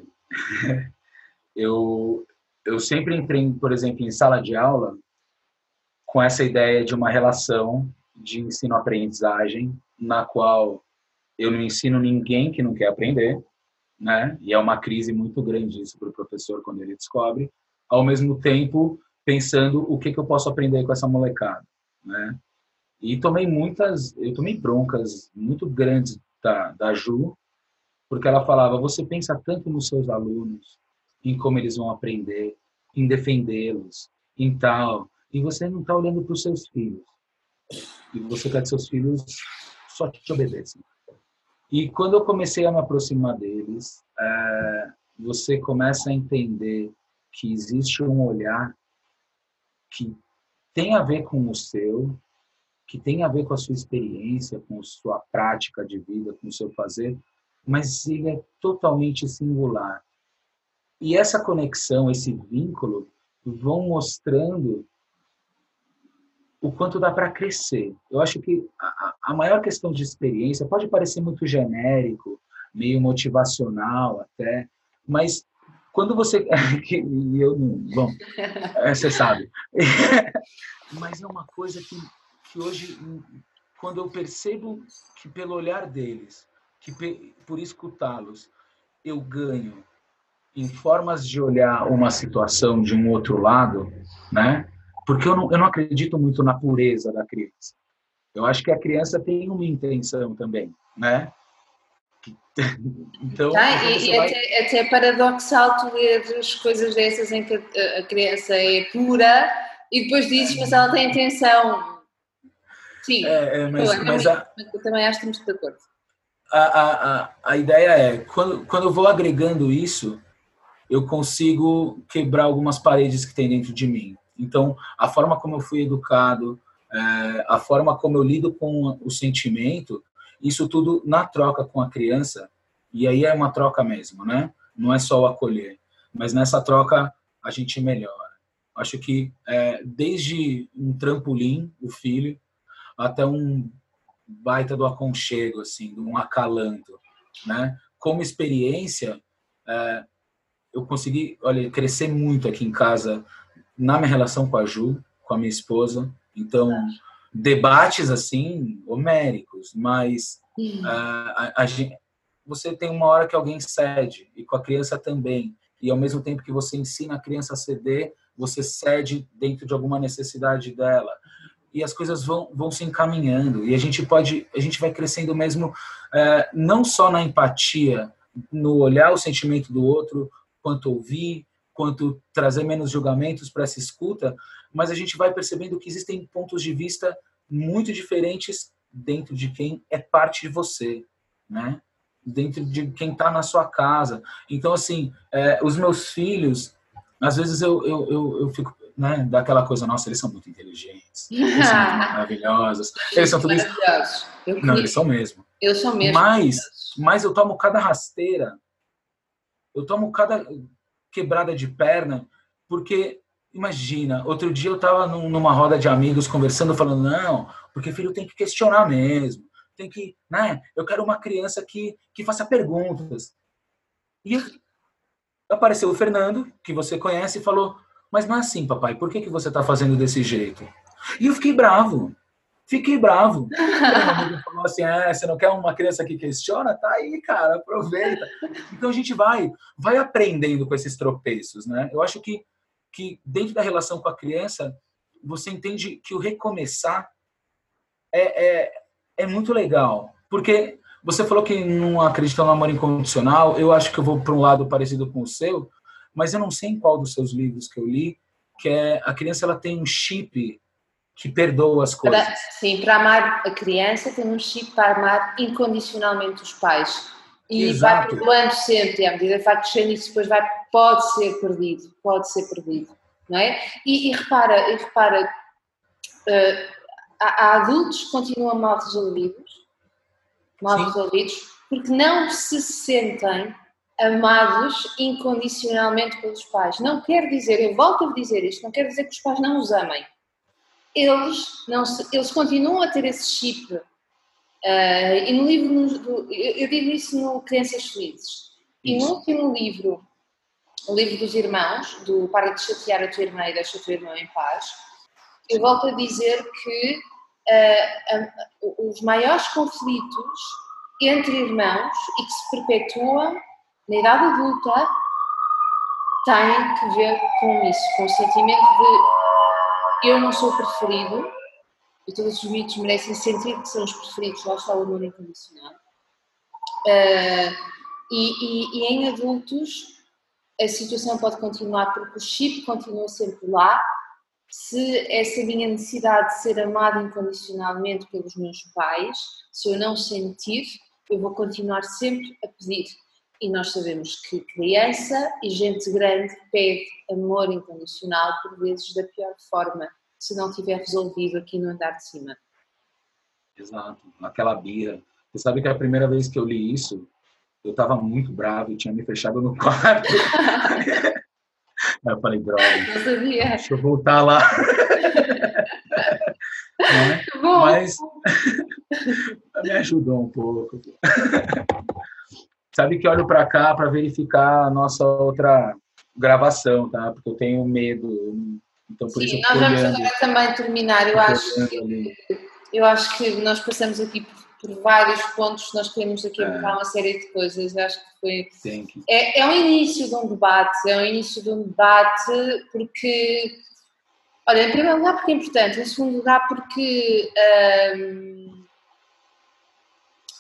eu sempre entrei, por exemplo, em sala de aula com essa ideia de uma relação de ensino-aprendizagem, na qual eu não ensino ninguém que não quer aprender, né? E é uma crise muito grande isso para o professor quando ele descobre, ao mesmo tempo pensando o que eu posso aprender com essa molecada, né? E eu tomei broncas muito grandes da Ju, porque ela falava, você pensa tanto nos seus alunos, em como eles vão aprender, em defendê-los, em tal, e você não está olhando para os seus filhos. E você quer que seus filhos só te obedeçam. E quando eu comecei a me aproximar deles, você começa a entender que existe um olhar que tem a ver com o seu, que tem a ver com a sua experiência, com a sua prática de vida, com o seu fazer, mas ele é totalmente singular. E essa conexão, esse vínculo, vão mostrando o quanto dá para crescer. Eu acho que a maior questão de experiência pode parecer muito genérico, meio motivacional até, mas quando você... e eu não... Bom, você sabe. Mas é uma coisa que hoje, quando eu percebo que pelo olhar deles, que por escutá-los, eu ganho em formas de olhar uma situação de um outro lado, né? Porque eu não acredito muito na pureza da criança. Eu acho que a criança tem uma intenção também, né? Que Então, E até é paradoxal tu ler as coisas dessas em que a criança é pura e depois dizes, mas ela tem intenção. Sim, mas eu também acho que estamos de acordo. A ideia é, quando eu vou agregando isso, eu consigo quebrar algumas paredes que tem dentro de mim. Então, a forma como eu fui educado, a forma como eu lido com o sentimento, isso tudo na troca com a criança, e aí é uma troca mesmo, né? Não é só o acolher, mas nessa troca a gente melhora. Acho que desde um trampolim, o filho, até um baita do aconchego, assim, de um acalanto, né? Como experiência, eu consegui, olha, crescer muito aqui em casa na minha relação com a Ju, com a minha esposa. Então, debates assim homéricos, mas você tem uma hora que alguém cede e com a criança também. E ao mesmo tempo que você ensina a criança a ceder, você cede dentro de alguma necessidade dela. E as coisas vão se encaminhando e a gente vai crescendo mesmo, não só na empatia, no olhar o sentimento do outro, quanto ouvir, quanto trazer menos julgamentos para essa escuta, mas a gente vai percebendo que existem pontos de vista muito diferentes dentro de quem é parte de você, né? Dentro de quem está na sua casa. Então, assim, os meus filhos, às vezes eu fico, né, daquela coisa, nossa, eles são muito inteligentes, eles são muito maravilhosos, eles são tudo isso. Não, eles são mesmo. Eu sou mesmo. Mas eu tomo cada rasteira, eu tomo cada quebrada de perna, porque, imagina, outro dia eu estava numa roda de amigos conversando, falando, não, porque filho tem que questionar mesmo, tem que, né, eu quero uma criança que faça perguntas. E apareceu o Fernando, que você conhece, e falou, mas não é assim, papai, por que você está fazendo desse jeito? E eu fiquei bravo. Meu amigo falou assim, você não quer uma criança que questiona? Tá aí, cara, aproveita. Então a gente vai aprendendo com esses tropeços, né? Eu acho que dentro da relação com a criança, você entende que o recomeçar é muito legal. Porque você falou que não acredita no amor incondicional, eu acho que eu vou para um lado parecido com o seu, mas eu não sei em qual dos seus livros que eu li, que a criança ela tem um chip que perdoa as coisas. Sim, para amar a criança tem um chip para amar incondicionalmente os pais. E exato. Vai perdoando sempre, à medida que vai crescendo, isso depois pode ser perdido, não é? E repara, há adultos que continuam mal resolvidos, porque não se sentem amados incondicionalmente pelos pais. Não quer dizer, eu volto a dizer isto, não quer dizer que os pais não os amem. Eles continuam a ter esse chip. E no livro, eu digo isso no Crianças Felizes. E no último livro, o livro dos irmãos, do Para de chatear a tua irmã e deixa o teu irmão em paz, eu volto a dizer que os maiores conflitos entre irmãos e que se perpetuam na idade adulta têm que ver com isso, com o sentimento de eu não sou o preferido e todos os mitos merecem sentir que são os preferidos, lá está o amor incondicional. E em adultos a situação pode continuar porque o chip continua sempre lá. Se essa minha necessidade de ser amada incondicionalmente pelos meus pais, se eu não sentir, eu vou continuar sempre a pedir. E nós sabemos que criança e gente grande pede amor incondicional, por vezes da pior forma, se não tiver resolvido aqui no andar de cima. Exato, aquela birra. Você sabe que a primeira vez que eu li isso, eu estava muito bravo e tinha me fechado no quarto. Aí eu falei, droga, não sabia. Deixa eu voltar lá. Né? Mas me ajudou um pouco. Sabe que olho para cá para verificar a nossa outra gravação, tá? Porque eu tenho medo. Então, por sim, isso nós vamos agora também terminar. Eu acho que nós passamos aqui por vários pontos, nós queremos aqui abordar uma série de coisas. Eu acho que foi. É o início de um debate, porque. Olha, em primeiro lugar, porque é importante, em segundo lugar, porque.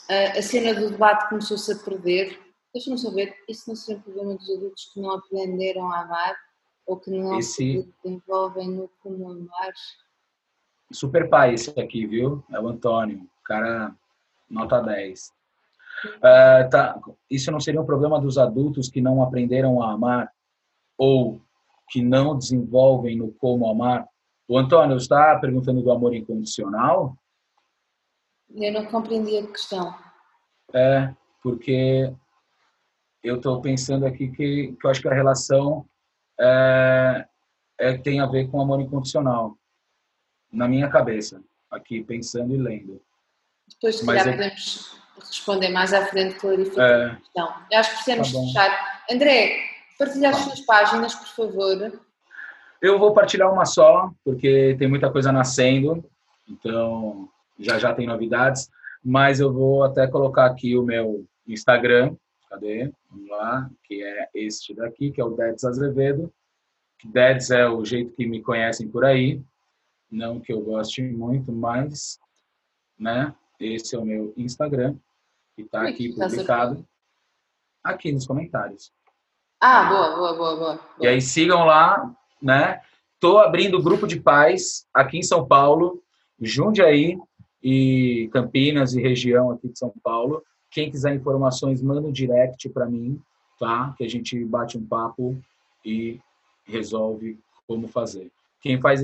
a cena do debate começou-se a perder. Deixa-me saber, isso não seria um problema dos adultos que não aprenderam a amar ou que não se desenvolvem no como amar? Super pai esse aqui, viu? É o Antônio, cara nota 10. Tá. Isso não seria um problema dos adultos que não aprenderam a amar ou que não desenvolvem no como amar? O Antônio está perguntando do amor incondicional? Eu não compreendi a questão. Porque eu estou pensando aqui que eu acho que a relação tem a ver com amor incondicional. Na minha cabeça, aqui pensando e lendo. Depois, se calhar, podemos responder mais à frente, clarificar a questão. Eu acho que precisamos fechar. André, partilhar as suas páginas, por favor. Eu vou partilhar uma só, porque tem muita coisa nascendo, então já tem novidades, mas eu vou até colocar aqui o meu Instagram, cadê? Vamos lá, que é este daqui, que é o Dedes Azevedo. Dedes é o jeito que me conhecem por aí, não que eu goste muito, mas, né, esse é o meu Instagram, que está aqui publicado, aqui nos comentários. Boa. E aí sigam lá, né? Estou abrindo grupo de pais aqui em São Paulo, Jundiaí e Campinas e região aqui de São Paulo. Quem quiser informações, manda um direct para mim, tá? Que a gente bate um papo e resolve como fazer. Quem faz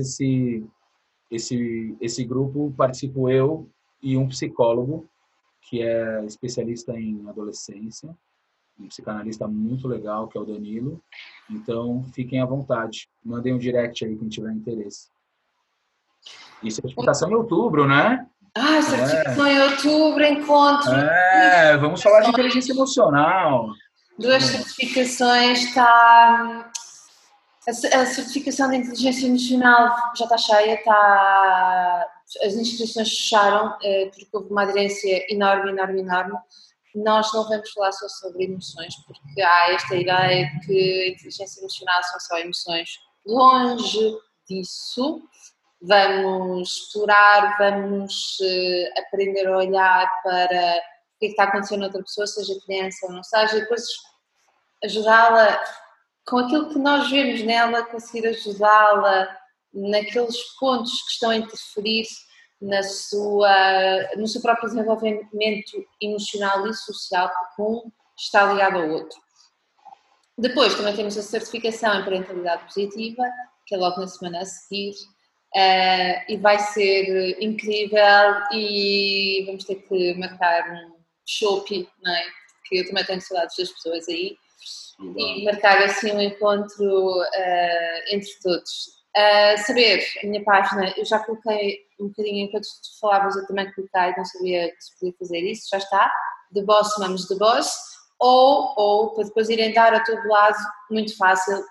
esse grupo, participo eu e um psicólogo que é especialista em adolescência, um psicanalista muito legal, que é o Danilo. Então, fiquem à vontade. Mandem um direct aí, quem tiver interesse. E certificação em outubro, né? Certificação em outubro, encontro. Vamos falar de inteligência emocional. 2 certificações, está... A certificação de inteligência emocional já está cheia, as inscrições fecharam, porque houve uma aderência enorme. Nós não vamos falar só sobre emoções, porque há esta ideia de que a inteligência emocional são só emoções. Longe disso, vamos explorar, vamos aprender a olhar para o que está acontecendo a outra pessoa, seja criança ou não seja, e depois ajudá-la com aquilo que nós vemos nela, conseguir ajudá-la naqueles pontos que estão a interferir no seu próprio desenvolvimento emocional e social, porque um está ligado ao outro. Depois também temos a certificação em parentalidade positiva, que é logo na semana a seguir, e vai ser incrível e vamos ter que marcar um shopping, não é? Porque eu também tenho saudades das pessoas aí. E marcar assim um encontro entre todos. Saber, a minha página, eu já coloquei um bocadinho enquanto tu falavas, eu também coloquei, não sabia que se podia fazer isso, já está, The Boss Mamas The Boss, ou para depois irem dar a todo lado, muito fácil,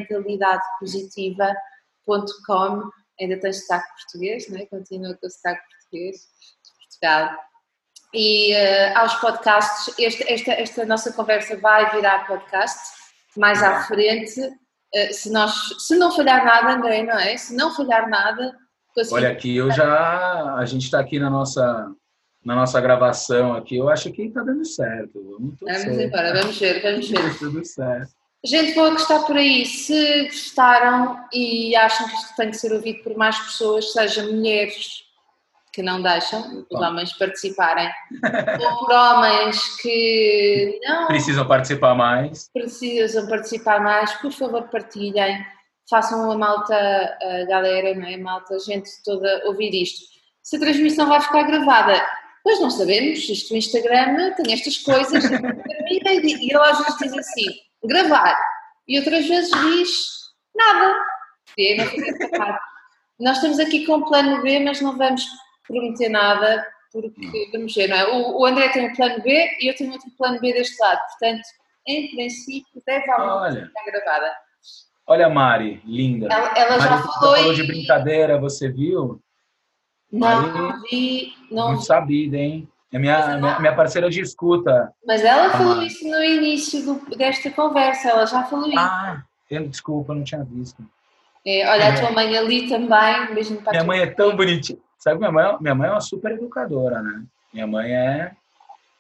parentalidadepositiva.com, ainda tem sotaque português, não é? Continua com o sotaque português de Portugal. E aos podcasts, esta nossa conversa vai virar podcast mais à frente, se não falhar nada, André, não é? Se não falhar nada... Olha, aqui a gente está aqui na nossa gravação aqui, eu acho que está dando certo. Vamos embora, vamos ver. Tudo certo. Gente boa que está por aí, se gostaram e acham que isto tem que ser ouvido por mais pessoas, seja mulheres que não deixam os homens participarem, ou por homens que não precisam participar mais, por favor partilhem, façam a galera, não é? A malta, a gente toda ouvir isto. Se a transmissão vai ficar gravada, pois não sabemos, isto no Instagram tem estas coisas, e ele às vezes diz assim, gravar, e outras vezes diz nada, e não fica gravado. Nós estamos aqui com o plano B, mas não vamos prometer nada, porque vamos ver, não é? O André tem um plano B e eu tenho outro plano B deste lado, portanto, em princípio, deve ficar gravada. Olha a Mari, linda. Ela já falou de brincadeira, você viu? Não vi. Muito sabida, hein? É minha parceira de escuta. Mas ela falou isso no início desta conversa, ela já falou isso. Desculpa, não tinha visto. Olha, a tua mãe ali também, mesmo para minha mãe é tão bonitinha. Sabe, minha mãe é uma super educadora, né? Minha mãe é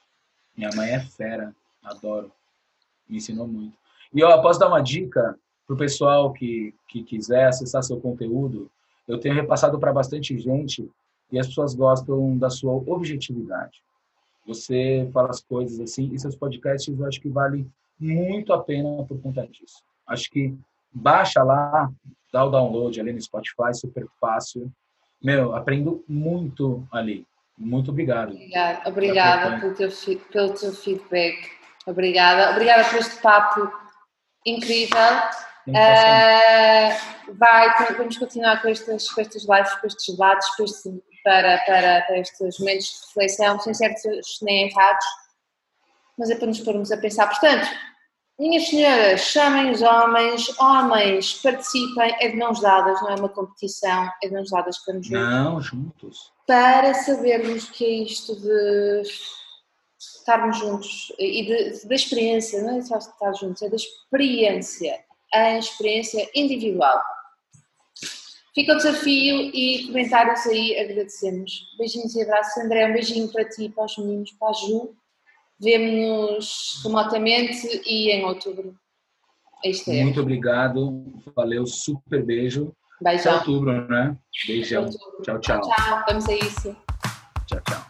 Minha mãe é fera, adoro. Me ensinou muito. E eu posso dar uma dica para o pessoal que quiser acessar seu conteúdo. Eu tenho repassado para bastante gente e as pessoas gostam da sua objetividade. Você fala as coisas assim, e seus podcasts eu acho que valem muito a pena por conta disso. Acho que baixa lá, dá o download ali no Spotify, super fácil. Meu, aprendo muito ali. Muito obrigado. Obrigada pelo teu feedback. Obrigada por este papo incrível. Vamos continuar com estas lives, com estes debates, para estes momentos de reflexão, sem certos nem errados, mas é para nos pormos a pensar. Portanto, minhas senhoras, chamem os homens, participem, é de mãos dadas, não é uma competição, é de mãos dadas que vamos juntos. Para sabermos o que é isto de estarmos juntos e da experiência, não é só estar juntos, é da experiência, a experiência individual. Fica o desafio e comentários aí, agradecemos. Beijinhos e abraços. André, um beijinho para ti, para os meninos, para a Ju. Vemo-nos remotamente e em outubro. Muito obrigado, valeu, super beijo. Beijão. Até outubro, né? Beijão. Tchau, tchau. Tchau, vamos a isso. Tchau, tchau.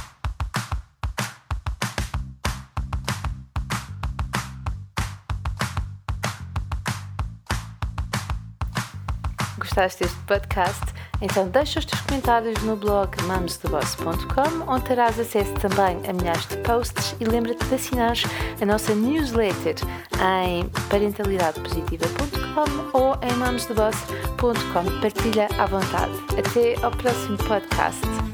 Gostaste deste podcast? Então deixa os teus comentários no blog mamosdeboss.com, onde terás acesso também a milhares de posts, e lembra-te de assinares a nossa newsletter em parentalidadepositiva.com ou em mamosdeboss.com. Partilha à vontade. Até ao próximo podcast.